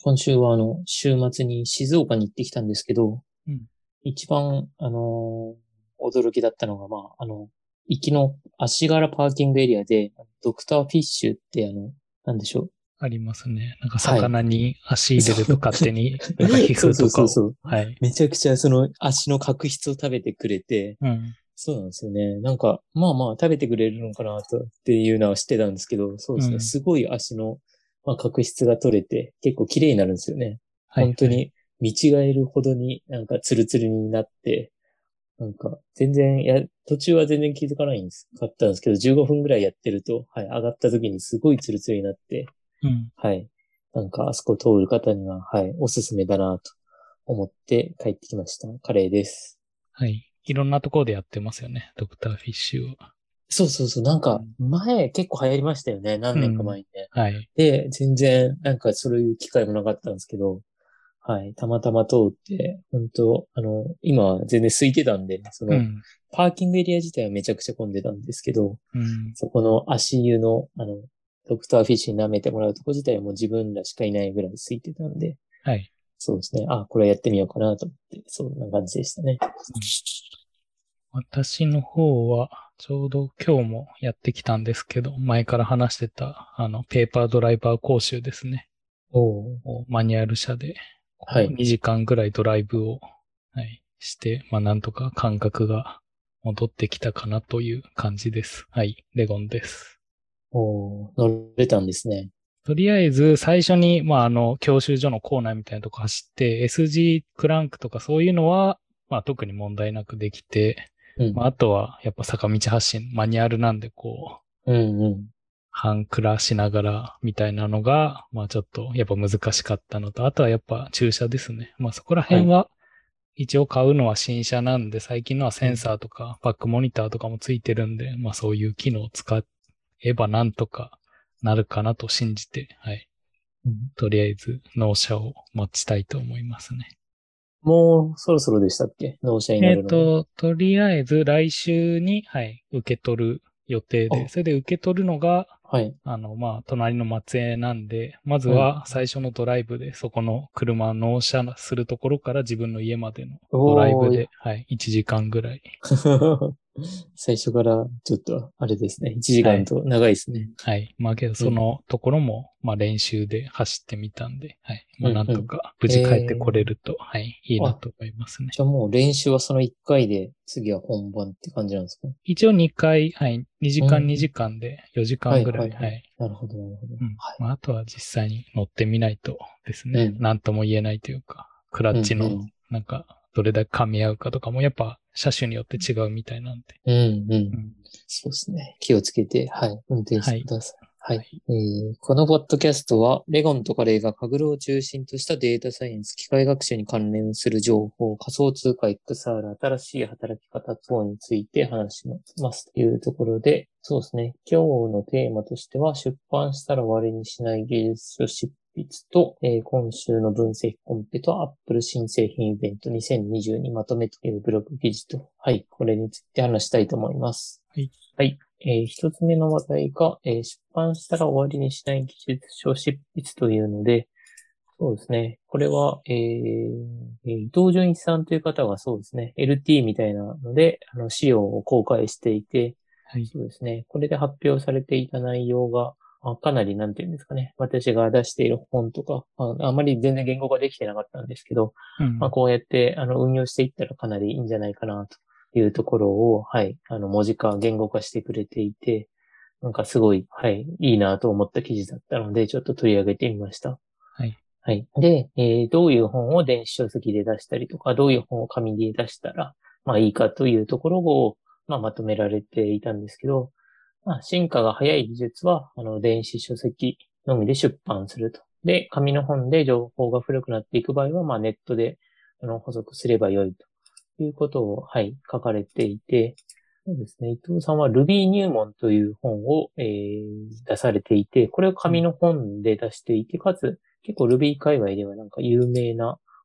今週は週末に静岡に行ってきたんですけど、 うん。 一番、驚きだったのが、行きの足柄パーキングエリアで、ドクターフィッシュってなんでしょう。 ありますね。なんかはい。 魚に足入れるとそう。 勝手になんか皮そう膚とかを。 そうそうそう。 はい。 めちゃくちゃその足の角質を食べてくれて、 うん。 そうなんですよね。なんか、まあまあ食べてくれるのかなとっていうのは知ってたんですけど、そうですね。 うん。 すごい足の、角質が取れて結構綺麗になるんですよね。 はいはい。 本当に見違えるほどになんかツルツルになって、なんか全然、途中は全然気づかないんです。買ったんですけど、15分ぐらいやってると、はい、上がった時にすごいツルツルになって、 うん。 はい。なんかあそこ通る方には、はい、おすすめだなと思って帰ってきました。カレーです。 はい。いろんなところでやってますよね。ドクターフィッシュは。 そうそうそう。なんか、 うん。 前結構流行りましたよね。何年かうん。 前にね。 はい。 で、全然、なんかそういう機会もなかったんですけど、はい。たまたま通って、本当今は全然空いてたんで、 うん。 パーキングエリア自体はめちゃくちゃ混んでたんですけど、 うん。 そこの足湯の、ドクターフィッシュに舐めてもらうとこ自体はもう自分らしかいないぐらい空いてたんで、 はい。 そうですね。あ、これやってみようかなと思って、そんな感じでしたね。 うん。私の方は、ちょうど今日もやってきたんですけど、前から話してた、ペーパードライバー講習ですね。 おー、 マニュアル車で、 はい。 2時間ぐらいドライブを、はい、して、なんとか感覚が戻ってきたかなという感じです。はい、レゴンです。 おー、乗れたんですね。 とりあえず、最初に、教習所のコーナーみたいなとこ走って、SG クランクとかそういうのは、特に問題なくできて、 うん。 あとは、やっぱ坂道発進、マニュアルなんで、 うんうん。 半クラしながらみたいなのが、ちょっとやっぱ難しかったのと、あとはやっぱ駐車ですね。そこらはい。 辺は一応買うのは新車なんで、最近のはセンうん。 サーとかバックモニターとかもついてるんで、そういう機能を使えばなんとかなるかなと信じて、はい。 うん。 とりあえず納車を待ちたいと思いますね。 もうそろそろでしたっけ、納車になるのは。 とりあえず来週に、はい、受け取る予定で、 あ、 それで受け取るのが、 はい。 隣の松江なんで、まずうん。 は最初のドライブで、そこの車を納車するところから自分の家までのドライおー、いや。 ブで、はい、1時間ぐらい。 最初からちょっと、あれですね。1時はい。 間と長いですね。 はい。けどうん。 そのところも、練習で走ってみたんで、はい。 うん、 なんうん。 とか無事帰ってこれえると、はい、いいなあ、 と思いますね。 じゃあもう練習はその1回で、次は本番って感じなんですか？ 一応2回、はい、2時間うん。 2時間で4時はい、 間ぐらい、 はい、はい。 はい。 なるほど、なるほど。 うん。 はい。 あとは実際に乗ってみないとですね。 うん。 なんとも言えないというか、クラうん、 ッチの、 うん。 なんか、どれだけ噛み合うかとかも、やっぱ、車種によって違うみたいなんで。 うん、うん。 うん。 そうですね。気をつけて、はい。運転しはい。 てください。はい。 はい。 このポッドキャストは、レゴンとカレーがカグルを中心としたデータサイエンス、機械学習に関連する情報、仮想通貨 XR、新しい働き方等について話しますというところで、そうですね。今日のテーマとしては、出版したら終わりにしない技術書執筆と、今週の分析コンペと Apple 新製品イベント2022まとめというブログ記事と、はい。これについて話したいと思います。 はい。 はい。一つ目の話題が、出版したら終わりにしない技術書執筆というので、そうですね。これは、伊藤純一さんという方がそうですね、LT みたいなので、資料を公開していて、 はい。 そうですね。これで発表されていた内容が、かなり、なんていうんですかね。私が出している本とか、あまり全然言語化できてなかったんですけど、 うん。 こうやって、運用していったらかなりいいんじゃないかな、というところを、はい、文字化、言語化してくれていて、なんかすごい、はい、いいなと思った記事だったので、ちょっと取り上げてみました。 はい。 はい。で、どういう本を電子書籍で出したりとか、どういう本を紙で出したら、いいかというところを、まとめられていたんですけど、進化が早い技術は、電子書籍のみで出版すると。で、紙の本で情報が古くなっていく場合は、ネットで、補足すればよいということを、はい、書かれていて、そうですね。伊藤さんは Ruby 入門という本を、出されていて、これをうん。 紙の本で出していて、かつ結構 Ruby 界隈ではなんか有名な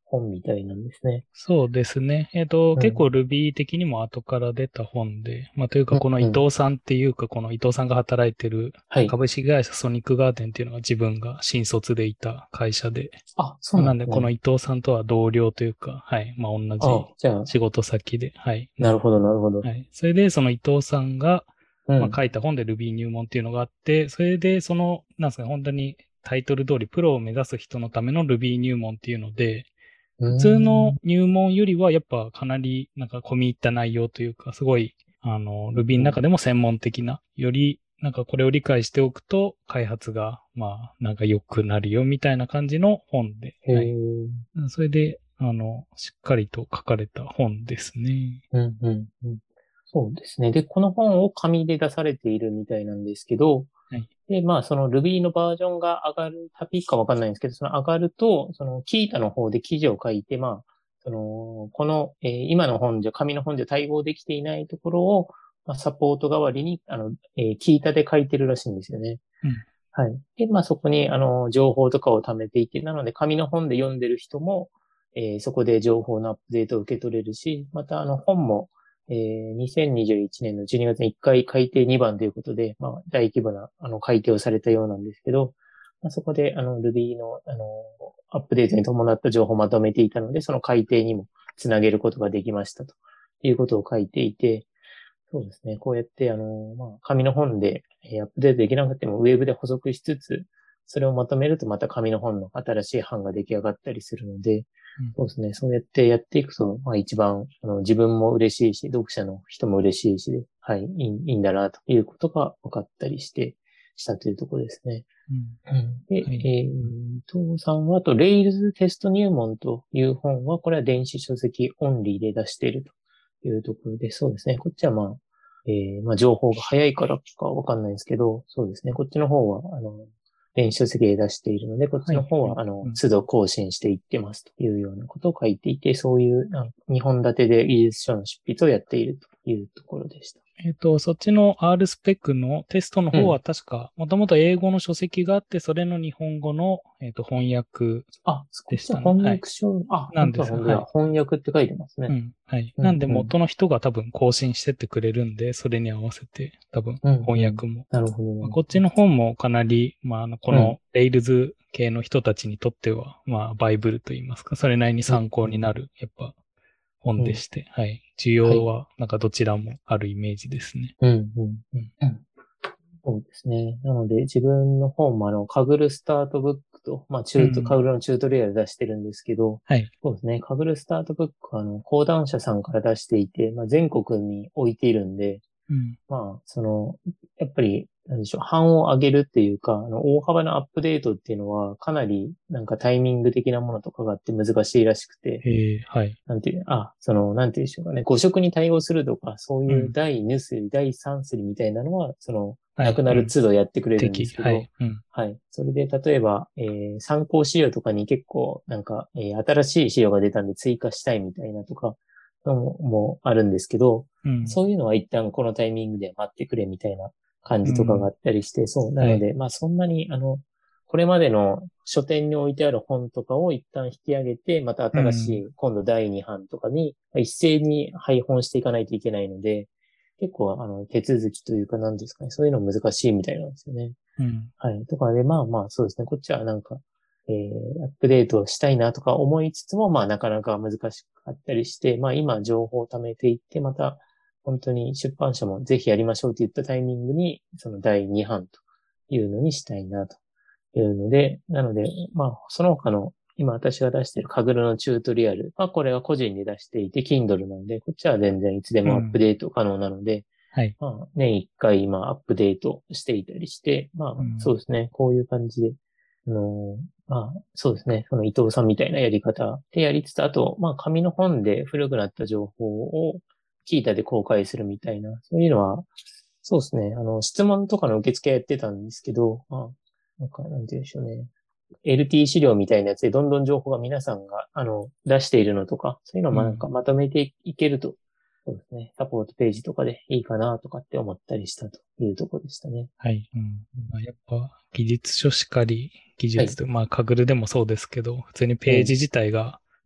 本みたいなんですね。 そうですね。結構うん。 Ruby 的にも後から出た本で、まあというかうん、 この伊うん。 藤さんっていうか、この伊藤さんが働いてるはい。 株式会社ソニックガーデンっていうのが自分が新卒でいた会社で、 あ、そうまあなんでこのなんですね。 伊藤さんとは同僚というか、はい。まあ同じあ、じゃあ、 仕事先で、はい。 なるほど、なるほど。 はい。それでその伊藤さんが、まあうん。 書いた本で Ruby 入門っていうのがあって、それでその、なんですかね、本当にタイトル通りプロを目指す人のための Ruby 入門っていうので、 うー普通のん。 入門よりはやっぱかなりなんか込み入った内容というか、すごい、Ruby のうん。 中でも専門的な、よりなんかこれを理解しておくと開発がまあなんか良くなるよみたいな感じの本で、 へはい。 え。 それで、しっかりと書かれた本ですね。 うん、うん、うん。そうですね。で、この本を紙で出されているみたいなんですけど、 はい。 で、まあ、その Ruby のバージョンが上がる、たびかわかんないんですけど、その上がると、そのキータの方で記事を書いて、まあ、この、今の本じゃ、紙の本じゃ対応できていないところを、まあ、サポート代わりに、キータで書いてるらしいんですよね。 うん。 はい。で、まあ、そこに、情報とかを貯めていて、なので、紙の本で読んでる人も、そこで情報のアップデートを受け取れるし、また、本も、2021年の12月に1回改訂2番ということで、まあ、大規模な、改訂をされたようなんですけど、まあ、そこで、Ruby の、アップデートに伴った情報をまとめていたので、その改訂にもつなげることができましたということを書いていて、そうですね。こうやって、まあ、紙の本でアップデートできなくても、ウェブで補足しつつ、それをまとめるとまた紙の本の新しい版が出来上がったりするので、 うん。 そうですね。そうやってやっていくと、まあ一番、自分も嬉しいし、読者の人も嬉しいしで、はい、いいんだな、ということが分かったりして、したというところですね。 うん。 うん。で、 はい。うん。 父さんは、あと、Rails テスト入門という本は、これは電子書籍オンリーで出しているというところで、そうですね。こっちはまあ、まあ、情報が早いからかわかんないんですけど、そうですね。こっちの方は、電子書籍で出しているので、こっはい。 ちの方は、 はい。うん。 都度更新していってますというようなことを書いていて、そういう、2本立てで技術書の執筆をやっているというところでした。 そっちの R スペックのテストの方はうん。 確か、もともと英語の書籍があって、それの日本語の、翻訳あ、こっちはでしたね。はい。 翻訳書、あ、本当だ、 なんです。 本当だ。 はい。 翻訳って書いてますね。 うん。はい。 うん、 なんでうん。 元の人が多分更新してってくれるんで、それに合わせて多分うん、うん。 翻訳も。 なるほど、なまあ、 るほど。 こっちの本もかなり、まあ、こうん、 の Rails 系の人たちにとっては、まあ、バイブルと言いますか、それなりにうん、 参考うん。 になる、やっぱ本うん。 でして、はい。需はい。 要はなんかどちらもあるイメージですね。 うん、うん、うん。うんそうですね。なので、自分の方もカグルスタートブックと、まあ、カうん。 グルのチュートリアル出してるんですけど、 はい。 そうですね。カグルスタートブックは、講談社さんから出していて、まあ、全国に置いているんで、 うん。 まあ、やっぱり、なんでしょう、版を上げるっていうか、大幅なアップデートっていうのは、かなり、なんかタイミング的なものとかがあって難しいらしくて、 はい。 なんていう、なんていうんでしょうかね、誤色に対応するとか、そういううん。 第2す第3すりみたいなのは、なくはい。うん。 なる都度やってくれるんで適。 すけど、 はい。うん。 はい。それで、例えば、参考資料とかに結構、なんか、新しい資料が出たんで追加したいみたいなとか、のもあるんですけど、 うん。 そういうのは一旦このタイミングで待ってくれみたいな感うん。 じとかがあったりして、そう。なはい。 ので、まあそんなに、これまでの書店に置いてある本とかを一旦引き上げて、またうん。 新しい、今度第2版とかに一斉に配本していかないといけないので、結構、手続きというか何ですかね、そういうの難しいみたいなんですよね。 うん。 はい。とかで、まあまあ、そうですね。こっちはなんか、アップデートしたいなとか思いつつも、まあなかなか難しかったりして、まあ今情報を貯めていって、また本当に出版社もぜひやりましょうって言ったタイミングに、その第2版というのにしたいなというので、なので、まあその他の今私が出しているカグルのチュートリアル、まあこれは個人で出していて Kindle なので、こっちは全然いつでもアップうん。 デート可能なので、 はい。 まあ、年一回、まあ、アップデートしていたりして、まあ、そううん。 ですね。こういう感じで、まあ、そうですね。その伊藤さんみたいなやり方でやりつつ、あと、まあ、紙の本で古くなった情報をキータで公開するみたいな、そういうのは、そうですね。質問とかの受付やってたんですけど、まあ、なんか、なんて言うんでしょうね。LT 資料みたいなやつでどんどん情報が皆さんが、出しているのとか、そういうのをまあなんかうん。 まとめていけると、そうですね。サポートページとかでいいかなとかって思ったりしたというところでしたね。 はい。うん。 うんまあ、やっぱ、技術書しかり、技はい。 術と、まあ、カグルでもそうですけど、普通にうん。 ページ自体が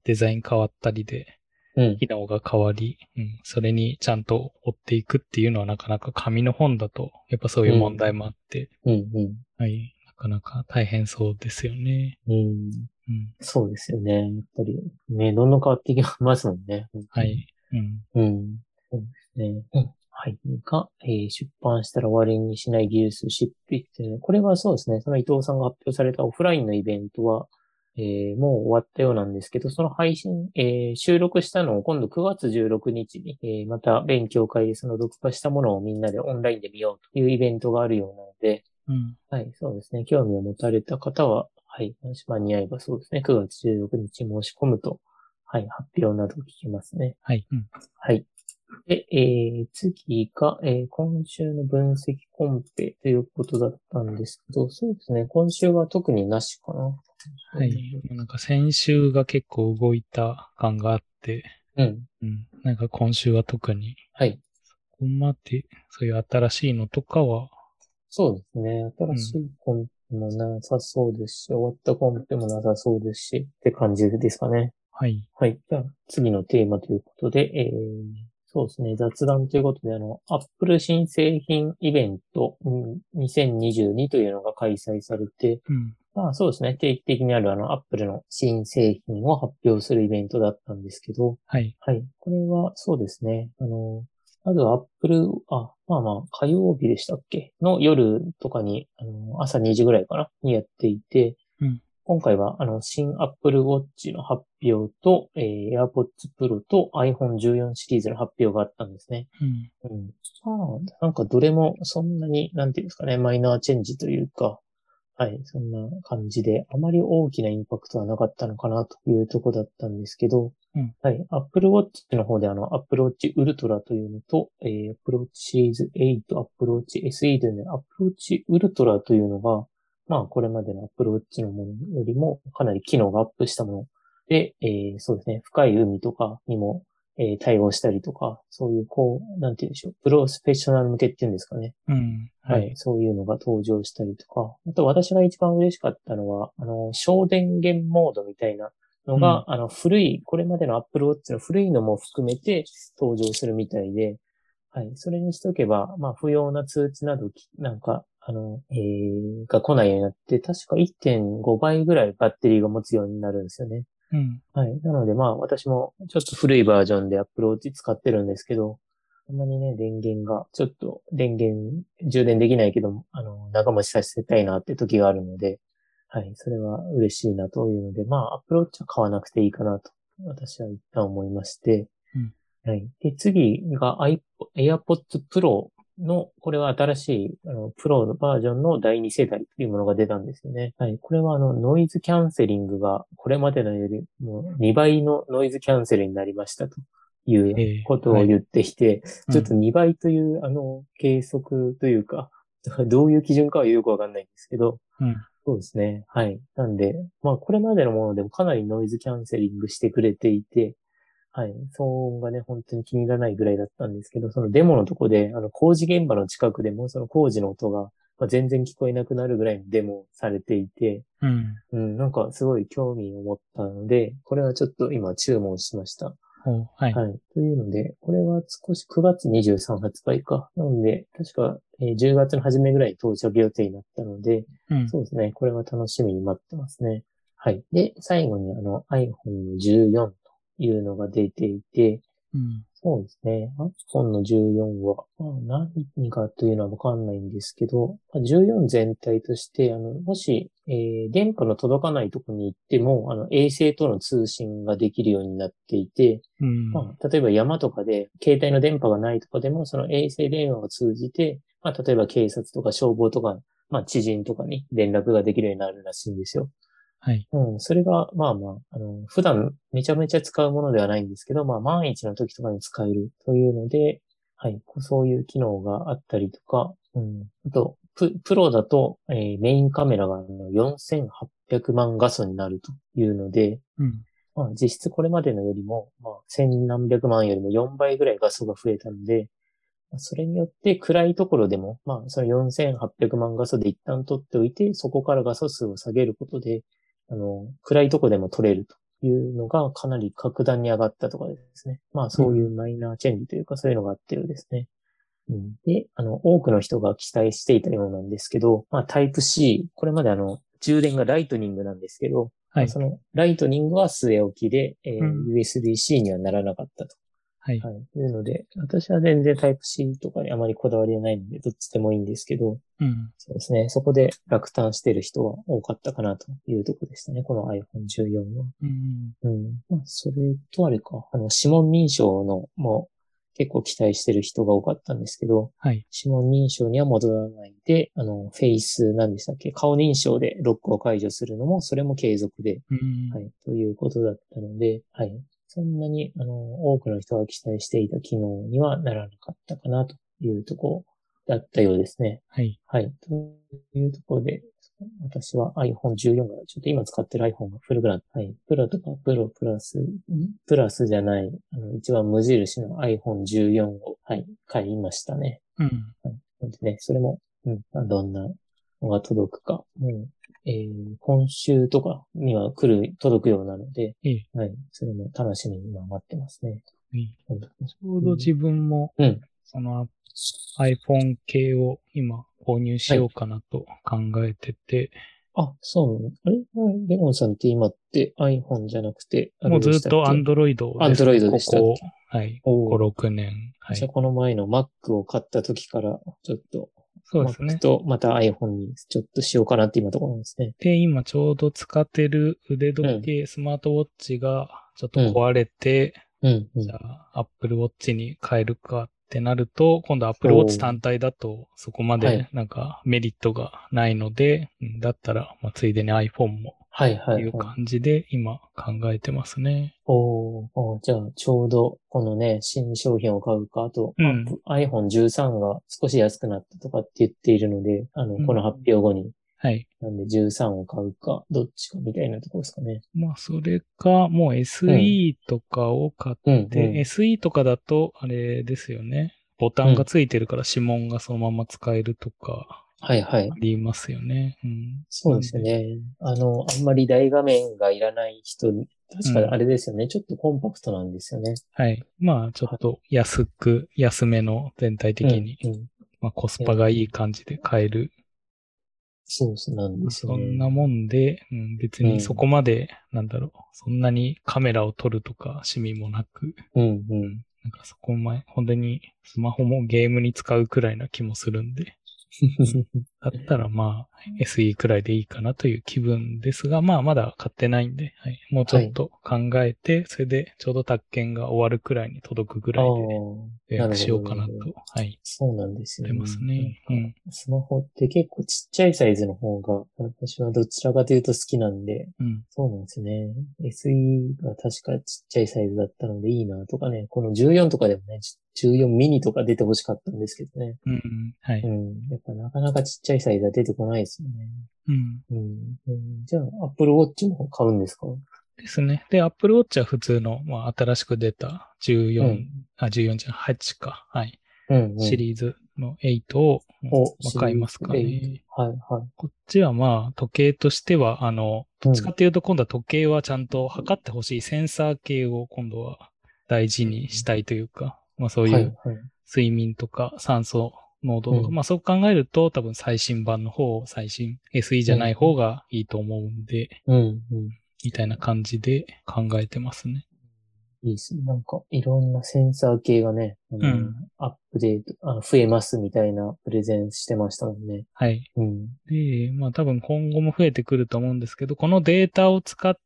デザイン変わったりで、 うん、 機能が変わり、それにちゃんと追っていくっていうのはなかなか紙の本だと、やっぱそういう問うん、 題もあって、 うん、うん、 はい、なかなか大変そうですよね。 うん。 うん、 そうですよね。やっぱり、ね、どんどん変わっていきますもんね。本当に。 はい、うん、 うん。そうですね。うん。はい。出版したら終わりにしない技術執筆っていうね。これはそうですね。その伊藤さんが発表されたオフラインのイベントは、もう終わったようなんですけど、その配信、収録したのを今度9月16日にちに、また勉強会でその録画したものをみんなでオンラインで見ようというイベントがあるようなので、 うん、 はい、そうですね。興味を持たれた方は、はい、もし間に合えばそうですね。9月16日申し込むと、はい、発表など聞けますね。 はい、うん、 はい。で、次が、今週の分析コンペということだったんですけど、そうですね。今週は特になしかな。 はい。なんか先週が結構動いた感があって、 うん。 なんか今週は特に、 はい。 ここまで、そういう新しいのとかは、 そうですね。新しうん、 いコンペもなさそうですし、終わったコンペもなさそうですし、って感じですかね。 はい、 はい。じゃあ、次のテーマということで、そうですね。雑談ということで、Apple 新製品イベント、2022というのが開催されて、 うん、 まあそうですね。定期的にあるApple の新製品を発表するイベントだったんですけど、 はい、 はい。これはそうですね。まずは Apple、まあまあ、火曜日でしたっけの夜とかに、朝2時ぐらいかなにやっていて、 うん、 今回は、新 Apple Watch の発表と、AirPods Pro と iPhone 14シリーズの発表があったんですね。 うん、 うん。まあ、なんかどれもそんなに、なんていうんですかね、マイナーチェンジというか、はい、そんな感じで、あまり大きなインパクトはなかったのかなというとこだったんですけど、 うん、 はい、Apple Watch の方でApple Watch Ultra というのと、Apple Watch シリーズ8、Apple Watch SE というので、Apple Watch Ultra というのが、まあ、これまでの Apple Watch のものよりもかなり機能がアップしたもので、そうですね、深い海とかにも、対応したりとか、そういう、こう、なんて言うんでしょう、プロスペッショナル向けっていうんですかね。 うん、ははい、 い、 そういうのが登場したりとか、あと私が一番嬉しかったのは、省電源モードみたいなのうん、 が、これまでの Apple Watch の古いのも含めて登場するみたいで、はい、それにしとけば、まあ、不要な通知などなんか、が来ないようになって、確か1.5倍ぐらいバッテリーが持つようになるんですよね。 うん、 はい。なのでまあ私もちょっと古いバージョンで Apple Watch 使ってるんですけど、たまにね、電源が、ちょっと電源、充電できないけど、長持ちさせたいなって時があるので、はい。それは嬉しいなというので、まあ Apple Watch は買わなくていいかなと、私は一旦思いまして、 うん、 はい。で、次がAirPods Pro の、これは新しい、プロのバージョンの第2世代というものが出たんですよね。はい。これはノイズキャンセリングが、これまでのよりも2倍のノイズキャンセルになりましたということはい、 を言っていて、 うん、 ちょっと2倍という、計測というか、どういう基準かはよくわかんないんですけど、 うん、 そうですね。はい。なんで、まあ、これまでのものでもかなりノイズキャンセリングしてくれていて、はい。騒音がね、本当に気に入らないぐらいだったんですけど、そのデモのとこで、工事現場の近くでも、その工事の音が、まあ、全然聞こえなくなるぐらいのデモされていて、 うん、 うん、なんかすごい興味を持ったので、これはちょっと今注文しました。 はい、 はい。というので、これは少し9月23発売か。なので、確か、10月の初めぐらいに到着予定になったので、 うん、 そうですね。これは楽しみに待ってますね。はい。で、最後にiPhone の14というのが出ていて、 うん、 そうですね。iPhone の14は、まあ、何かというのはわかんないんですけど、まあ14全体として、もし、電波の届かないところに行っても、衛星との通信ができるようになっていて、 うん、 まあ、例えば山とかで、携帯の電波がないとかでも、その衛星電話を通じて、まあ、例えば警察とか消防とか、まあ、知人とかに連絡ができるようになるらしいんですよ。 はい、 うん、それが、まあまあ、普段めちゃめちゃ使うものではないんですけど、まあ、万一の時とかに使えるというので、はい、そういう機能があったりとか、うん、あと、プロだと、メインカメラが4800万画素になるというので、 うん、 まあ、実質これまでのよりも、まあ、千何百万よりも4倍ぐらい画素が増えたので、それによって暗いところでも、まあ、その4800万画素で一旦取っておいて、そこから画素数を下げることで、暗いところでも撮れるというのがかなり格段に上がったとかですね。まあそういうマイナーチェンジというかそういうのがあってるですね。うん、で、多くの人が期待していたようなんですけど、まあタイプ C、これまで充電がライトニングなんですけど、 はい。 まあそのライトニングは据え置きで、 うん。 USB-C にはならなかったと。 はい。 はい。いうので、私は全然タイプ C とかにあまりこだわりはないので、どっちでもいいんですけど、 うん。 そうですね。そこで落胆している人は多かったかなというところでしたね。この iPhone 14は。 うん。 うん。まあ、それとあれか、指紋認証のも結構期待してる人が多かったんですけど、 はい。 指紋認証には戻らないで、フェイス、何でしたっけ、顔認証でロックを解除するのも、それも継続で、 うん。 はい、ということだったので、はい。そんなに、多くの人が期待していた機能にはならなかったかなというところだったようですね。 はい。 はい。というところで、私は iPhone 14が、ちょっと今使ってる iPhone がフルグラン。はい。プロとかプロプラス、プラスじゃない、一番無印の iPhone 14を、はい、買いましたね。 うん。 はい。なんでね、それも、まあどんなのが届くか、もう、今週とかには届くようなので、 いい。 はい。それも楽しみに今待ってますね。 いい。 はい。 ちょうど自分も、 うん。 その iPhone 系を今購入しはい。 ようかなと考えてて、 あ、そうなの。あれレモンさんって今って iPhone じゃなくて、あれもうずっとでしたっけ？ Android ですね。 Android でここ、 したっけ？ はい、5、 おお。 6年。はじゃあい。 この前の Mac を買った時から、ちょっとそうで Mac すね。 とまた iPhone にちょっとしようかなって今のところなんですね。 で、今ちょうど使ってる腕うん、 時計、スマートウォッチがちょっとうん、 壊れて、 うん、うん。 じゃあ Apple Watch に変えるかってなると、今度 Apple Watch おー、 単体だとそこまはい、 でなんかメリットがないので、だったら、まあ、ついでに iPhone もはい、はい、 いうはい。 感じで今考えてますね。 じゃあちょうどこのね、新商品を買うか、あとうん。 iPhone 13が少し安くなったとかって言っているので、この発うん。 表後に、 はい。 なんで13を買うか、どっちかみたいなところですかね。 まあ、それか、もううん、 SE とかを買っうん、うて、 ん、 SE とかだと、あれですよね。ボタンがうん。 ついてるから指紋がそのまま使えるとか、 はい、はい。 ありますよね。うん。 そうでなんで、 すね。あんまり大画面がいらない人、確かあうん。 れですよね。ちょっとコンパクトなんですよね。 はい。まあ、ちょっはい。 と安めの全体うん、 的に、 うん。 まあ、コスえパがいいー感じで買える。 そうなんでまあ、 すよね。 そんなもんで、別うん、 にそこまで、なんだろう、そんなにカメラを撮るとか趣味もなく、 うん、うん。 なんかそこまで、本当にスマホもゲームに使うくらいな気もするんで、だったらまあ SE くらいでいいかなという気分ですが、まあまだ買ってないんで、はい、もうちょはい。 っと考えて、それでちょうど宅建が終わるくらいに届くぐああ、 らいで予約しようなるほど、なるほど。 かなと、はい、 そうなんですよ思いまね。 すね。うん。 スマホって結構ちっちゃいサイズの方が、私はどちらかというと好きなんで、 うん。 そうなんですね。SE が確かちっちゃいサイズだったのでいいなとかね、この14とかでもね、14ミニとか出てほしかったんですけどね。 うん。はい。 うん。やっぱなかなかちっちゃいサイズは出てこないですよね。 うん。 うん。じゃあ、Apple Watch も買うんですか？ ですね。で、Apple Watch は普通の、まあ、新しく出た14、 うん。 14じゃない、8か。はい。 うん、うん。 シリーズの8を、まあ、 シリーズ買いますか 8。 ね。 はい、はい。 こっちはまあ、時計としては、どっちかうん。 っていうと、今度は時計はちゃんと測ってほしいセンサー系を今度は大事にしたいというか、まあそうはい、 いうはい。 睡眠とか酸素濃度とか、 うん。 まあそう考えると多分最新版の方、最新 SE じゃないうん。 方がいいと思うんで、 うん。うん。 みたいな感じで考えてますね。 いいですね。なんか、いろんなセンサー系がね、 うん。 アップデート、増えますみたいなプレゼンしてましたもんね。 はい。 うん。 で、まあ多分今後も増えてくると思うんですけど、このデータを使って、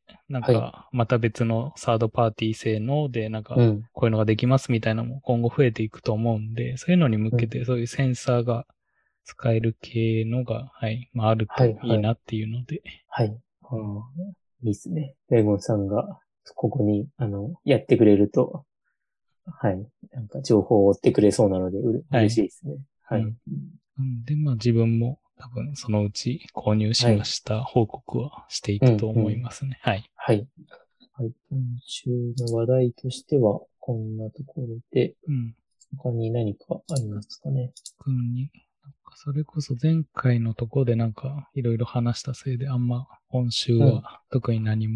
なんはい。 かまた別のサードパーティー製ので、なんかうん。 こういうのができますみたいなのも今後増えていくと思うんで、そういうのに向うん。 けてそういうセンサーが使える系のが、はい、まああるはい、 といいはい。 なっていうので、 はい。 うん、 いいですね。レゴンさんが、ここに、やってくれると、はい。なんか、情報を追ってくれそうなので、嬉しいはい。 ですね。はい。 うん。なんで、まあ自分も多分そのうち購入しはい。 ました報告はしていうん、うくと思いん。 ますね。はい。 はい。はい。今週の話題としては、こんなところで、 うん。 他に何かありますかね。 特に、なんかそれこそ前回のところでなんかいろいろ話したせいであんま今週うん。 は特に何も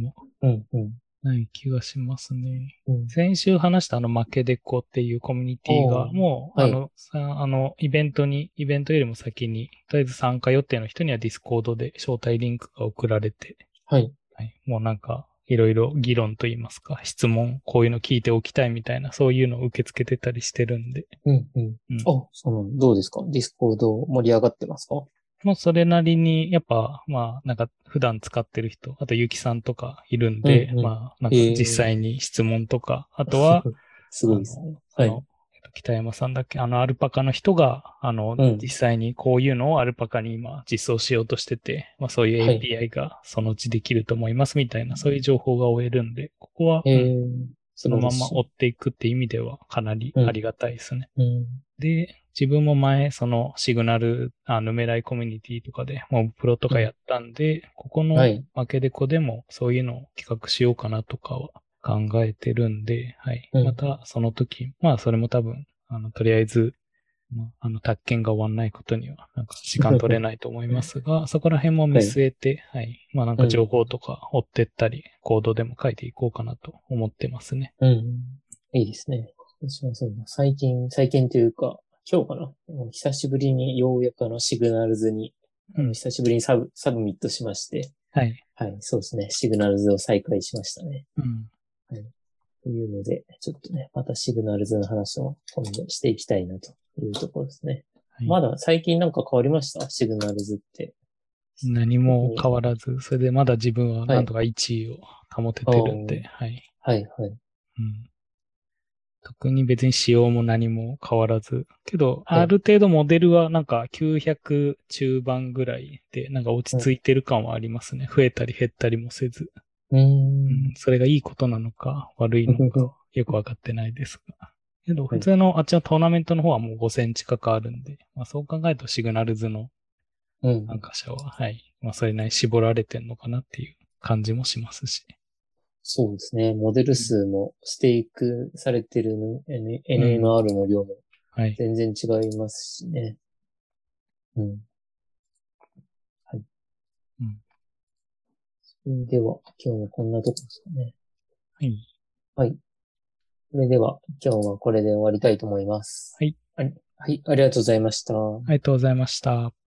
うん、うん、 ない気がしますね。 うん。 先週話した負けでこっていうコミュニティが、 おー、 もう、 はい、 イベントよりも先に、とりあえず参加予定の人にはディスコードで招待リンクが送られて、 はい、 はい、もうなんか、いろいろ議論といいますか、質問、こういうの聞いておきたいみたいな、そういうのを受け付けてたりしてるんで、 うん、うん。 うん。 あ、どうですか？ディスコード盛り上がってますか？ もうそれなりに、やっぱ、まあ、なんか普段使ってる人、あとゆきさんとかいるんうん、 で、 うん。 まあ、なんか実ええ際に質問とか、あとは、 すごいですね。はい。 その、北山さんだっけ、アルパカの人が、 うん。 実際にこういうのをアルパカに今実装しようとしてて、まあそういうはい。 API がそのうちできると思いますみたいな、そういう情報が追えるんで、ここは、 ええ素その晴らしい。 まま追っていくって意味ではかなりうん。 ありがたいですね。 うん。 で、自分も前、そのシグナル、ヌメライコミュニティとかで、モブプロとうん。 かやったんで、ここのはい。 負けでこでもそういうのを企画しようかなとかは考えてるんで、はい。 うん。 またその時、まあそれも多分、とりあえず、まあ、宅建が終わんないことには、なんか時間取れないと思いますが、そこら辺も見はい。 据えて、はい。まあなんうん。 か情報とか追ってったり、コードでも書いていこうかなと思ってますね。 うん。いいですね。私はそうだ。最近というか、今日かな。もう久しぶりにようやくシグナルズに、 うん。 久しぶりにサブミットしまして、 はい。 はい、そうですね。シグナルズを再開しましたね。 うん。 はい。というので、ちょっとね、またシグナルズの話を今度していきたいなというところですね。 はい。 まだ最近なんか変わりましたシグナルズって？ 何も特に。 変わらず、それでまだ自分ははい。 なんとか1位を保てああ、 てるんで、はい。 はい、はい、 うん。特に別に仕様も何も変わらず。けど、 はい。 ある程度モデルはなんか900中盤ぐらいで、なんか落ちうん。 着いてる感はありますね。増えたり減ったりもせず。 うーうん。 ん。 それがいいことなのか悪いのかよくわかってないですが。けど、 はい。 普通のあっちのトーナメントの方はもう5000近くあるんで、まあそう考えるとシグナルズのうん。 参加者は、はい。まあそれなりに絞られてんのかなっていう感じもしますし。 そうですね。モデルうん。 数もステークされてるうん。 NMR の量もはい。 全然違いますしね。うん。はい。 うん。 それでは、今日はこんなとこですかね。 はい。 はい。それでは、今日はこれで終わりたいと思います。 はい。 はい。はい。ありがとうございました。 ありがとうございました。